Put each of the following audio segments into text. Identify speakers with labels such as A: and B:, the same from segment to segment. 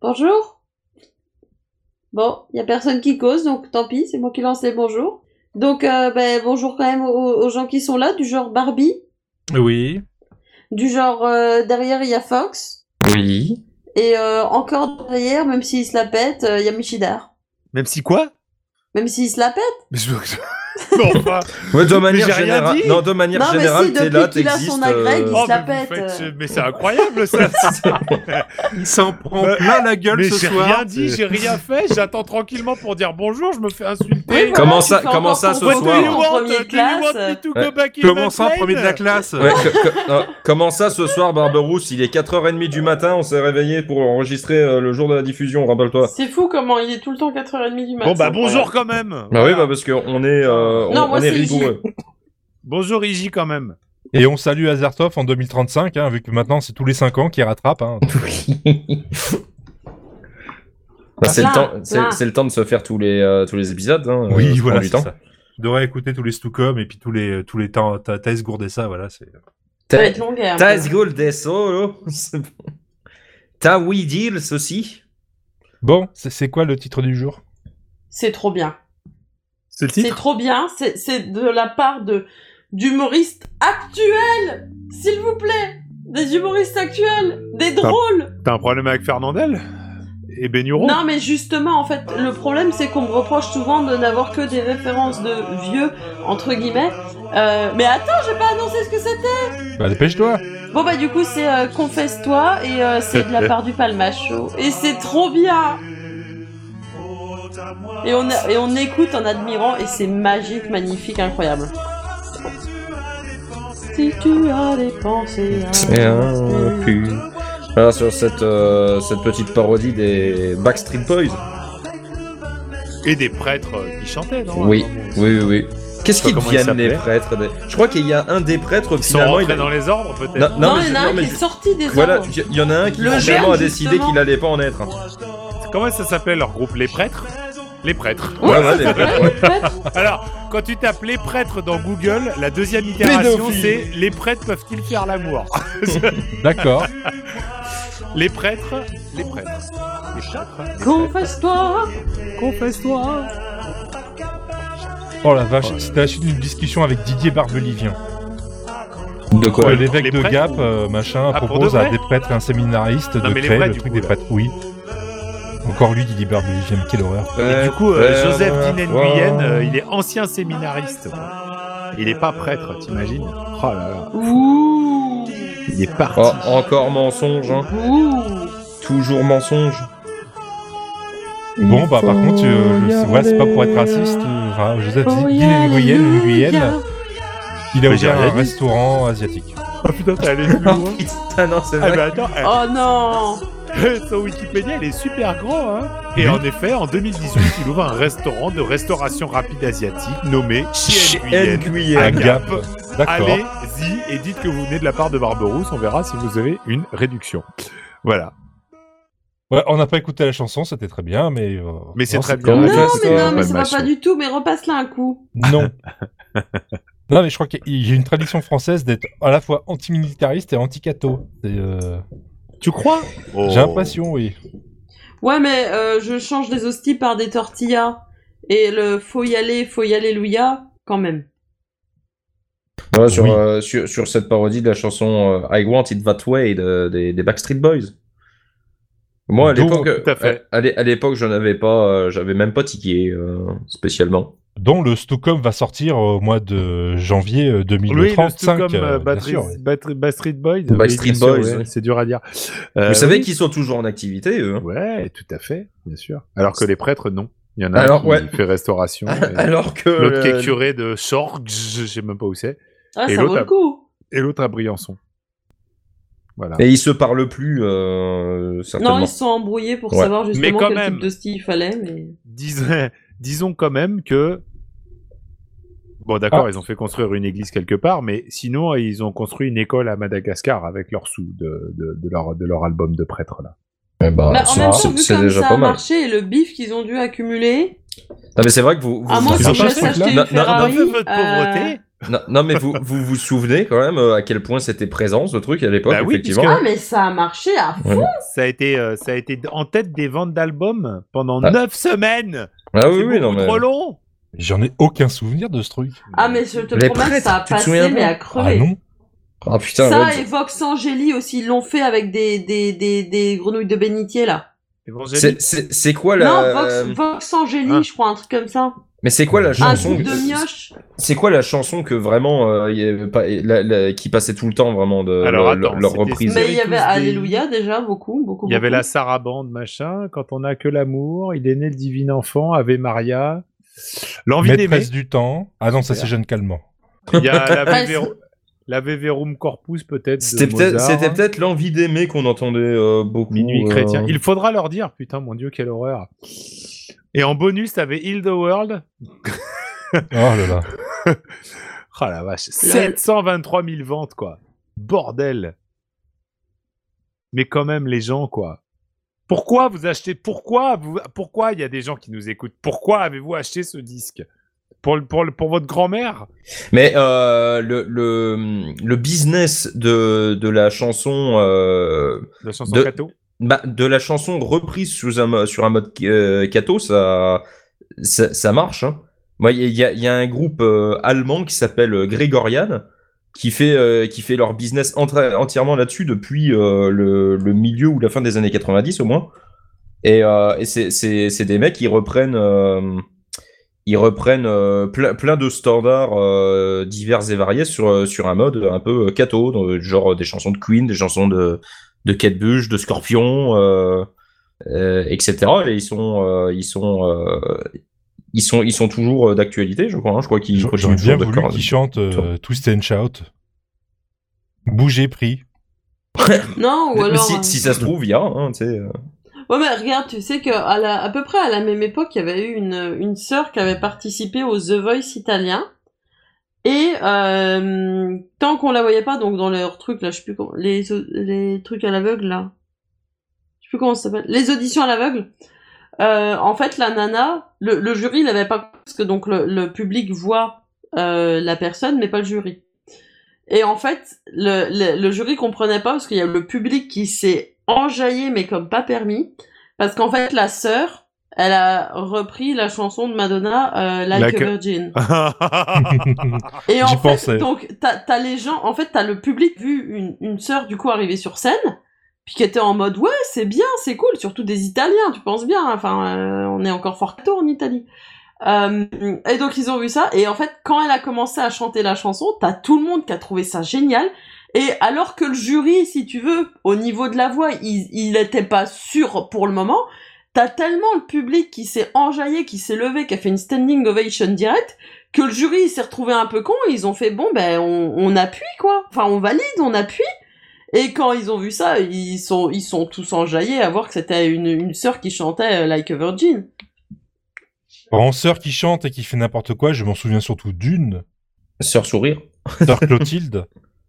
A: Bonjour. Bon, il y a personne qui cause, donc tant pis, c'est moi qui lance les bonjours. Donc, bonjour quand même aux gens qui sont là, du genre Barbie,
B: Oui.
A: du genre derrière il y a Fox,
C: Oui.
A: et encore derrière, même s'il se la pète, il y a Michidar.
D: Même si quoi?
A: Même s'il se la pète.
D: Mais non, pas.
C: Ouais, de manière
D: j'ai rien
C: générale.
D: dit.
C: Non, de manière
A: Non, mais
C: générale,
A: si,
C: t'es
A: depuis
C: là,
A: qu'il a
C: t'existes.
A: son agrègue, il se la
D: mais,
A: pète.
D: mais c'est incroyable ça.
B: Il s'en prend
D: Bah,
B: plein la gueule
D: Mais
B: ce
D: j'ai
B: soir.
D: rien dit, j'ai rien fait. J'attends tranquillement pour dire bonjour. Je me fais insulter.
A: Oui,
C: Comment
A: voilà,
C: ça-
A: tu fais
C: comment
A: encore
C: ça,
A: ton
C: ce
D: What
A: photo
D: do
C: soir
D: you
A: en
D: want?
A: première
D: Do you
A: classe.
D: want me to
C: Ouais.
D: go back in
B: Comment
D: my
B: ça en
D: plane?
B: premier de la classe?
C: Ouais, comment ça ce soir, Barberousse? Il est 4h30 du matin, on s'est réveillé pour enregistrer le jour de la diffusion, rappelle-toi.
A: C'est fou comment il est tout le temps 4h30 du matin.
D: Bon bah
A: c'est
D: bonjour
A: incroyable.
D: quand même.
C: Bah
D: Voilà.
C: oui, bah parce qu'on est,
A: Non, moi,
C: on est
A: c'est Iji.
C: rigoureux.
D: Bonjour Iji quand même.
B: Et on salue Azertov en 2035, vu que maintenant c'est tous les 5 ans qu'il rattrape.
C: Bah, c'est le
A: Plein,
C: temps, c'est le temps de se faire tous les épisodes. Hein, ça prend
B: voilà,
C: du
B: c'est
C: temps.
B: ça. On devrait écouter tous les Stucom et puis tous les temps. Thais Gourdessa, voilà. C'est...
A: Ça va être long, guerre.
C: T'as Gold des solo. T'as We Deals aussi.
B: Bon, c'est quoi le titre du jour?
A: C'est trop bien.
D: C'est le
A: C'est
D: titre.
A: trop bien. C'est de la part d'humoristes actuels, s'il vous plaît. Des humoristes actuels, des drôles.
D: T'as un problème avec Fernandel et Benuro?
A: Non, mais justement, en fait, le problème, c'est qu'on me reproche souvent de n'avoir que des références de vieux, entre guillemets. Mais attends, j'ai pas annoncé ce que c'était.
B: Bah, dépêche-toi.
A: Bon, bah, du coup, c'est Confesse-toi, et c'est de la part du Palmacho. Et c'est trop bien. Et on écoute en admirant, et c'est magique, magnifique, incroyable. Si tu as des pensées...
C: Et un pu. Voilà, sur cette petite parodie des Backstreet Boys.
D: Et des prêtres qui chantaient, non?
C: Oui, oui. Qu'est-ce
D: Je sais
C: qu'ils
D: pas comment ils
C: deviennent les
D: s'appelaient.
C: prêtres Je crois qu'il y a un des prêtres
D: Ils sont
C: finalement.
D: rentrés dans les ordres peut-être.
A: Non,
C: mais
A: il y en a un qui est sorti des
C: Voilà,
A: ordres.
C: il y en a un qui
A: Le
C: finalement
A: jeune,
C: a décidé
A: justement.
C: qu'il allait pas en être.
D: Comment ça s'appelle leur groupe? Les prêtres? Les prêtres.
C: Ouais, les prêtres, ouais.
D: Alors, quand tu tapes les prêtres dans Google, la deuxième itération
B: Pédophile.
D: c'est les prêtres peuvent-ils faire l'amour?
B: D'accord.
D: Les prêtres, les prêtres. Les prêtres.
A: Confesse-toi.
D: Confesse-toi.
B: Oh la vache, c'était la suite d'une discussion avec Didier Barbelivien.
C: De quoi
B: L'évêque
D: les
B: de
D: prêtres
B: Gap,
D: ou-
B: machin,
D: Ah, pour
B: propose
D: de vrai
B: à des prêtres et un séminariste
D: Non,
B: de
D: mais les
B: créer
D: vrais,
B: le
D: du
B: truc
D: coup,
B: des
D: là.
B: prêtres. Oui. Encore lui, Didier Barbelivien, mais quelle horreur.
D: Et du coup, Joseph Dinen Nguyen, il est ancien séminariste. Il est pas prêtre, t'imagines? Oh là là.
A: Ouh.
D: Il est parti.
C: Oh, encore mensonge, hein.
A: Ouh.
C: Toujours mensonge.
B: Bon, bah par contre, c'est pas pour être raciste. Enfin, Joseph Dinen Nguyen, il a
D: Mais j'ai
B: ouvert
D: rien
B: un
D: dit.
B: restaurant asiatique.
D: Oh putain, t'es allé plus
C: Oh
D: loin.
C: putain, non, c'est
D: Ah
C: vrai.
D: bah attends,
A: Oh non.
D: son Wikipédia, il est super grand, hein. Et en effet, en 2018, il ouvre un restaurant de restauration rapide asiatique nommé Chien Nguyen
C: Nguyen.
D: à
B: À
D: Gap.
B: Gap. D'accord.
D: Allez-y et dites que vous venez de la part de Barberousse, on verra si vous avez une réduction. Voilà.
B: Ouais, on n'a pas écouté la chanson, c'était très bien, mais.
D: Mais c'est
B: non,
D: très
B: c'est
D: bien.
B: comme-
A: Non, mais
D: pas
A: non, mais
D: le
A: ça va
D: machin.
A: pas du tout, mais repasse-la un coup.
B: Non. Non, mais je crois qu'il y a une tradition française d'être à la fois antimilitariste et anti-catho.
D: Tu crois?
B: J'ai l'impression, oui.
A: Ouais, mais je change les hosties par des tortillas. Et le faut y aller, Louia, quand même.
C: Voilà,
B: Oui.
C: sur cette parodie de la chanson I Want It That Way des Backstreet Boys. Moi, à
B: Donc,
C: l'époque,
D: tout à fait.
C: à l'époque, je n'avais pas, j'avais même pas tiqué spécialement.
B: Dont le Stucom va sortir au mois de janvier
D: Oui, le
B: 2035.
D: tout comme
B: bien sûr, oui.
D: Backstreet Boys.
C: Backstreet
D: bien sûr,
C: Boys,
D: ouais,
C: oui.
D: c'est dur à dire.
C: Vous savez
D: oui.
C: qu'ils sont toujours en activité, eux. Hein.
D: Ouais, tout à fait, bien sûr. Alors que les prêtres, non. Il y en a
C: Alors,
D: un qui
C: ouais.
D: fait restauration. et
C: Alors que
D: l'autre qui est curé de Chorg, je sais même pas où c'est.
A: Ah,
D: Et
A: ça vaut
D: l'autre
A: le coup.
D: Et l'autre à Briançon. Voilà.
C: et ils se parlent plus certainement.
A: Non, ils se sont embrouillés pour
C: Ouais.
A: savoir
D: Mais
A: justement
D: quand
A: quel
D: même.
A: type d'hostie il fallait, mais...
D: Disons quand même que... Bon, d'accord,
B: Ah.
D: ils ont fait construire une église quelque part, mais sinon, ils ont construit une école à Madagascar avec leurs sous de leur album de prêtre, là.
C: Eh ben,
A: Mais en même temps, vu
C: c'est
A: comme
C: déjà
A: ça
C: pas
A: a
C: mal.
A: marché et le bif qu'ils ont dû accumuler...
C: Non, mais c'est vrai que vous
A: À moins
C: vous
A: qu'ils
C: en
A: veulent
C: cherchez,
A: s'acheter
C: là.
A: une Ferrari...
D: votre pauvreté.
C: Non, mais vous souvenez quand même à quel point c'était présent ce truc à l'époque,
D: Bah oui,
C: effectivement.
A: Ah, mais ça a marché à fond.
C: Ouais.
D: Ça a été en tête des ventes d'albums pendant
C: Ah.
D: 9 semaines.
C: Ah oui,
D: C'est
C: oui, non,
D: beaucoup
C: mais...
D: trop long.
B: J'en ai aucun souvenir de ce truc.
A: Ah, mais je te
C: Les
A: promets que
C: prêtres,
A: ça a
C: tu te souviens
A: passé, mais
C: pas
A: à crever.
B: Ah non.
C: Ah putain,
A: Ça
C: ouais,
A: et Vox Angeli aussi, ils l'ont fait avec des grenouilles de bénitier, là.
C: c'est quoi la...
A: Non, Vox Angeli,
D: Ah.
A: je crois, un truc comme ça.
C: Mais c'est quoi la
A: Un
C: chanson
A: groupe de mioche.
C: C'est quoi la chanson que vraiment qui passait tout le temps vraiment de
D: Alors, attends,
C: leur
D: c'était-
C: reprise?
A: Mais il y avait
D: tous des-
A: Alléluia déjà, beaucoup.
D: Il y avait la sarabande, machin. Quand on a que l'amour, il est né le divin enfant, Ave Maria. L'envie d'aimer.
B: Maîtresse du temps. Ah non, ça
D: Super.
B: c'est Jeanne Calment.
D: Il y a
A: Ouais,
D: la Verum Corpus, peut-être.
C: C'était
D: de
C: peut-être
D: Mozart.
C: peut-être l'envie d'aimer qu'on entendait beaucoup.
D: Minuit chrétien. Il faudra leur dire, putain, mon Dieu, quelle horreur. Et en bonus, t'avais Heal the World.
B: Oh là là.
D: Oh la vache. 723 000 ventes, quoi. Bordel. Mais quand même, les gens, quoi. Pourquoi vous achetez... Pourquoi il y a des gens qui nous écoutent? Pourquoi avez-vous acheté ce disque? Pour votre grand-mère?
C: Mais le business de la chanson
D: La chanson
C: De-
D: Cato?
C: de la chanson reprise sur un mode Kato, ça marche. Hein. Moi, il y a un groupe allemand qui s'appelle Gregorian qui fait leur business entièrement là-dessus depuis le milieu ou la fin des années 90 au moins. Et c'est des mecs qui reprennent plein de standards divers et variés sur un mode un peu Kato, genre des chansons de Queen, des chansons de Kate Bush, de Scorpion, etc. Et ils sont toujours d'actualité, je crois. Hein. Je crois qu'ils
B: J'aurais
C: continuent
B: bien
C: toujours
B: voulu qu'ils chantent Twist and Shout. Bougez, pris.
A: Non, ou
C: Mais
A: alors.
C: si ça se trouve, il y a, hein, tu sais.
A: Ouais, mais regarde, tu sais à peu près à la même époque, il y avait eu une sœur qui avait participé au The Voice italien. Et tant qu'on la voyait pas, donc dans leurs trucs là, je sais plus comment, les trucs à l'aveugle là, je sais plus comment ça s'appelle, les auditions à l'aveugle. En fait, la nana, le jury l'avait pas, parce que donc le public voit la personne, mais pas le jury. Et en fait, le jury comprenait pas parce qu'il y a le public qui s'est enjaillé, mais comme pas permis, parce qu'en fait, la sœur, elle a repris la chanson de Madonna, Like a Virgin. Et en
B: J'y
A: fait,
B: pensais.
A: donc, t'as les gens, en fait, t'as le public vu une sœur, du coup, arriver sur scène, puis qui était en mode, ouais, c'est bien, c'est cool, surtout des Italiens, tu penses bien, enfin, on est encore fort tôt en Italie. Et donc, ils ont vu ça, et en fait, quand elle a commencé à chanter la chanson, t'as tout le monde qui a trouvé ça génial, et alors que le jury, si tu veux, au niveau de la voix, il était pas sûr pour le moment, t'as tellement le public qui s'est enjaillé, qui s'est levé, qui a fait une standing ovation direct, que le jury il s'est retrouvé un peu con, et ils ont fait bon ben on appuie quoi, enfin on valide, on appuie. Et quand ils ont vu ça, ils sont tous enjaillés à voir que c'était une sœur qui chantait Like a Virgin.
B: En sœur qui chante et qui fait n'importe quoi, je m'en souviens surtout d'une.
C: Sœur sourire.
B: Sœur Clotilde.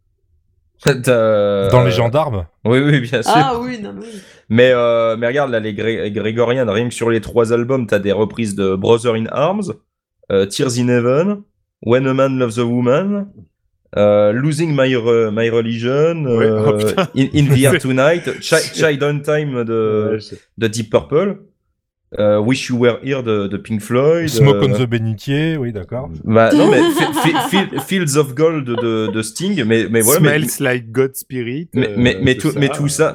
C: Dans
B: Dans Les Gendarmes.
C: Oui, bien sûr.
A: Ah oui, non mais oui.
C: Mais regarde, là, les Grégoriens, rien que sur les 3 albums, t'as des reprises de Brother in Arms, Tears in Heaven, When a Man Loves a Woman, Losing My Religion,
D: Ouais, oh, putain.
C: In the Air Tonight, Child on Time de Deep Purple, Wish You Were Here de Pink Floyd,
B: Smoke on the Bénitier, oui, d'accord.
C: bah, non, mais Fields of Gold de Sting, mais voilà.
D: Smells Like God Spirit.
C: Mais tout ça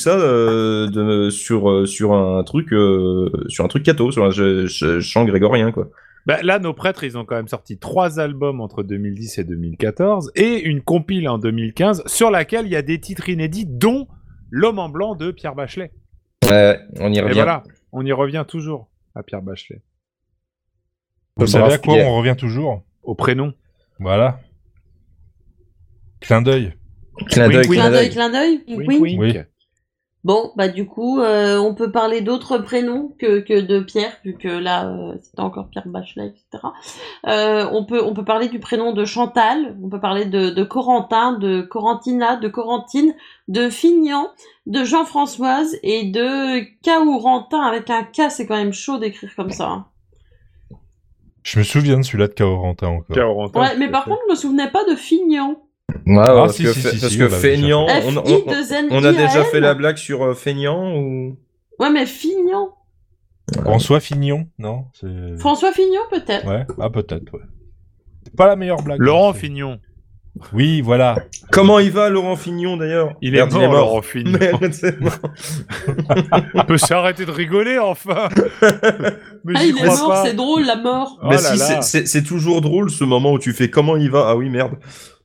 C: sur un truc Kato, sur un chant grégorien quoi.
D: Bah, là, nos prêtres, ils ont quand même sorti 3 albums entre 2010 et 2014 et une compile en 2015 sur laquelle il y a des titres inédits, dont L'Homme en Blanc de Pierre Bachelet.
C: On y
D: Et
C: revient.
D: voilà, on y revient toujours à Pierre Bachelet.
B: Vous savez à quoi on revient toujours?
D: Au prénom.
B: Voilà. Clin d'œil.
C: Clin d'œil,
D: Wink,
C: clin d'œil.
A: Clin d'œil.
D: Wink,
A: Wink.
D: wink.
B: Oui.
A: Bon, bah du coup, on peut parler d'autres prénoms que de Pierre, vu que là, c'était encore Pierre Bachelet, etc. On peut parler du prénom de Chantal, on peut parler de Corentin, de Corentina, de Corentine, de Fignan, de Jean-Françoise et de Caourentin avec un K, c'est quand même chaud d'écrire comme ça. Hein.
B: Je me souviens de celui-là de Carorentin encore.
D: Carorentin,
A: Ouais, mais par contre, je me souvenais pas de Fignon.
C: Ouais,
B: Ah,
C: parce
B: si,
C: que,
B: si,
C: fa-
B: si,
C: parce
B: si,
C: que
B: on l'avait
C: feignant, on a déjà fait la blague sur feignant ou...
A: Ouais, mais Fignon.
B: François Fignon, non c'est...
A: François Fignon, peut-être.
B: Ouais, ah peut-être, ouais. C'est pas la meilleure blague.
D: Laurent
B: c'est-
D: Fignon.
B: Oui, voilà.
C: Comment il va, Laurent Fignon, d'ailleurs?
D: Il
C: Merde,
D: est mort, Laurent Fignon.
C: Merde, c'est mort.
D: On peut s'arrêter de rigoler, enfin. Mais
A: Ah,
D: j'y
A: il est
D: crois
A: mort,
D: pas.
A: c'est drôle, la mort.
D: Oh
C: Mais
D: là
C: si,
D: là.
C: c'est toujours drôle ce moment où tu fais comment il va? Ah oui, merde.